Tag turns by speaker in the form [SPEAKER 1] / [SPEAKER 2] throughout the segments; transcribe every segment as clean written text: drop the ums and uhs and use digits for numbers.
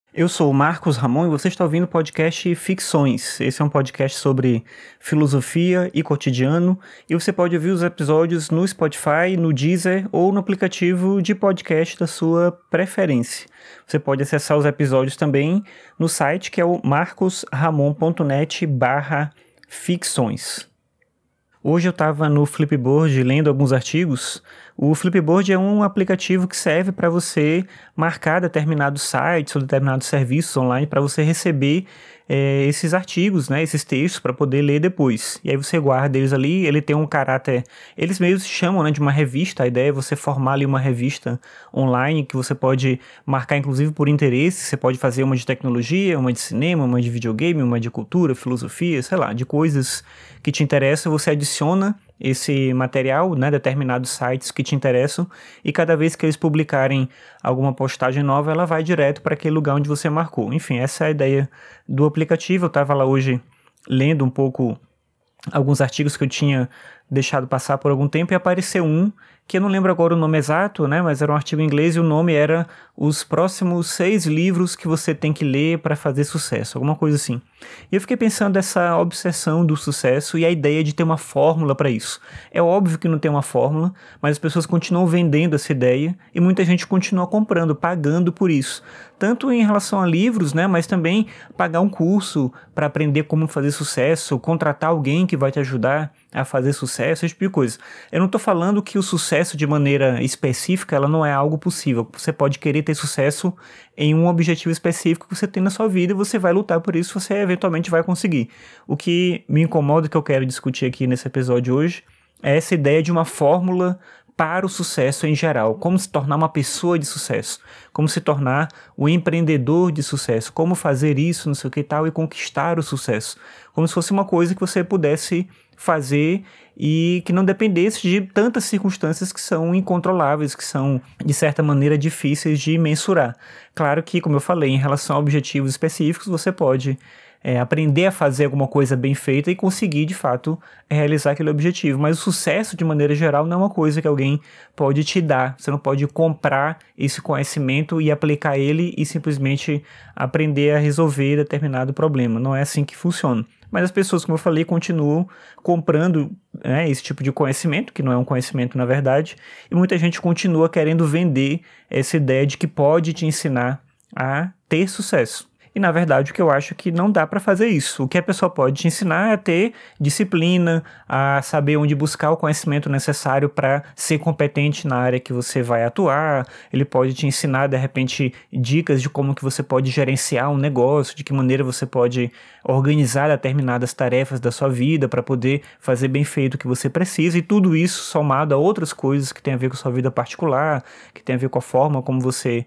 [SPEAKER 1] Eu sou o Marcos Ramon e você está ouvindo o podcast Ficções. Esse é um podcast sobre filosofia e cotidiano e você pode ouvir os episódios no Spotify, no Deezer ou no aplicativo de podcast da sua preferência. Você pode acessar os episódios também no site que é o marcosramon.net/ficções. Hoje eu estava no Flipboard lendo alguns artigos. O Flipboard é um aplicativo que serve para você marcar determinados sites ou determinados serviços online para você receber esses artigos, né, esses textos para poder ler depois. E aí você guarda eles ali, ele tem um caráter... Eles mesmos chamam, né, de uma revista. A ideia é você formar ali uma revista online que você pode marcar inclusive por interesse. Você pode fazer uma de tecnologia, uma de cinema, uma de videogame, uma de cultura, filosofia, sei lá, de coisas que te interessam. Você adiciona esse material, né, determinados sites que te interessam, e cada vez que eles publicarem alguma postagem nova, ela vai direto para aquele lugar onde você marcou. Enfim, essa é a ideia do aplicativo. Eu estava lá hoje lendo um pouco alguns artigos que eu tinha deixado passar por algum tempo e apareceu um que eu não lembro agora o nome exato, né, mas era um artigo em inglês e o nome era Os próximos 6 livros que você tem que ler para fazer sucesso, alguma coisa assim. E eu fiquei pensando nessa obsessão do sucesso e a ideia de ter uma fórmula para isso. É óbvio que não tem uma fórmula, mas as pessoas continuam vendendo essa ideia e muita gente continua comprando, pagando por isso. Tanto em relação a livros, né, mas também pagar um curso para aprender como fazer sucesso, contratar alguém que vai te ajudar a fazer sucesso, esse tipo de coisa. Eu não estou falando que o sucesso de maneira específica, ela não é algo possível. Você pode querer ter sucesso em um objetivo específico que você tem na sua vida e você vai lutar por isso, você eventualmente vai conseguir. O que me incomoda, que eu quero discutir aqui nesse episódio hoje, é essa ideia de uma fórmula para o sucesso em geral, como se tornar uma pessoa de sucesso, como se tornar um empreendedor de sucesso, como fazer isso, não sei o que e tal, e conquistar o sucesso, como se fosse uma coisa que você pudesse fazer e que não dependesse de tantas circunstâncias que são incontroláveis, que são, de certa maneira, difíceis de mensurar. Claro que, como eu falei, em relação a objetivos específicos, você pode aprender a fazer alguma coisa bem feita e conseguir, de fato, realizar aquele objetivo. Mas o sucesso, de maneira geral, não é uma coisa que alguém pode te dar. Você não pode comprar esse conhecimento e aplicar ele e simplesmente aprender a resolver determinado problema. Não é assim que funciona. Mas as pessoas, como eu falei, continuam comprando, né, esse tipo de conhecimento, que não é um conhecimento na verdade, e muita gente continua querendo vender essa ideia de que pode te ensinar a ter sucesso. E, na verdade, o que eu acho é que não dá para fazer isso. O que a pessoa pode te ensinar é a ter disciplina, a saber onde buscar o conhecimento necessário para ser competente na área que você vai atuar. Ele pode te ensinar, de repente, dicas de como que você pode gerenciar um negócio, de que maneira você pode organizar determinadas tarefas da sua vida para poder fazer bem feito o que você precisa. E tudo isso somado a outras coisas que tem a ver com a sua vida particular, que tem a ver com a forma como você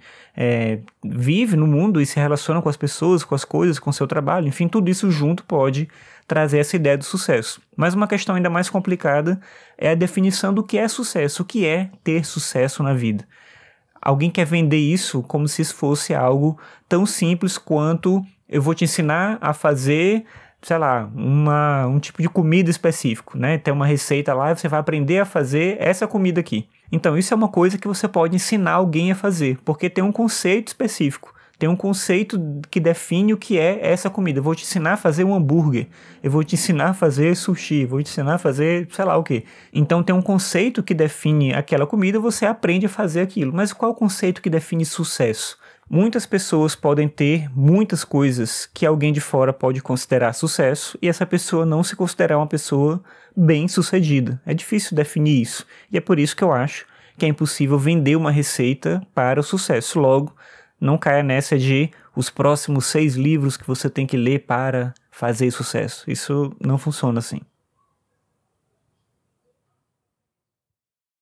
[SPEAKER 1] vive no mundo e se relaciona com as pessoas, com as coisas, com o seu trabalho, enfim, tudo isso junto pode trazer essa ideia do sucesso. Mas uma questão ainda mais complicada é a definição do que é sucesso, o que é ter sucesso na vida. Alguém quer vender isso como se isso fosse algo tão simples quanto eu vou te ensinar a fazer, sei lá, um tipo de comida específico, né? Tem uma receita lá e você vai aprender a fazer essa comida aqui. Então, isso é uma coisa que você pode ensinar alguém a fazer, porque tem um conceito específico, tem um conceito que define o que é essa comida. Eu vou te ensinar a fazer um hambúrguer, eu vou te ensinar a fazer sushi, vou te ensinar a fazer sei lá o quê. Então, tem um conceito que define aquela comida, você aprende a fazer aquilo. Mas qual é o conceito que define sucesso? Muitas pessoas podem ter muitas coisas que alguém de fora pode considerar sucesso e essa pessoa não se considerar uma pessoa bem-sucedida. É difícil definir isso. E é por isso que eu acho que é impossível vender uma receita para o sucesso. Logo, não caia nessa de os próximos 6 livros que você tem que ler para fazer sucesso. Isso não funciona assim.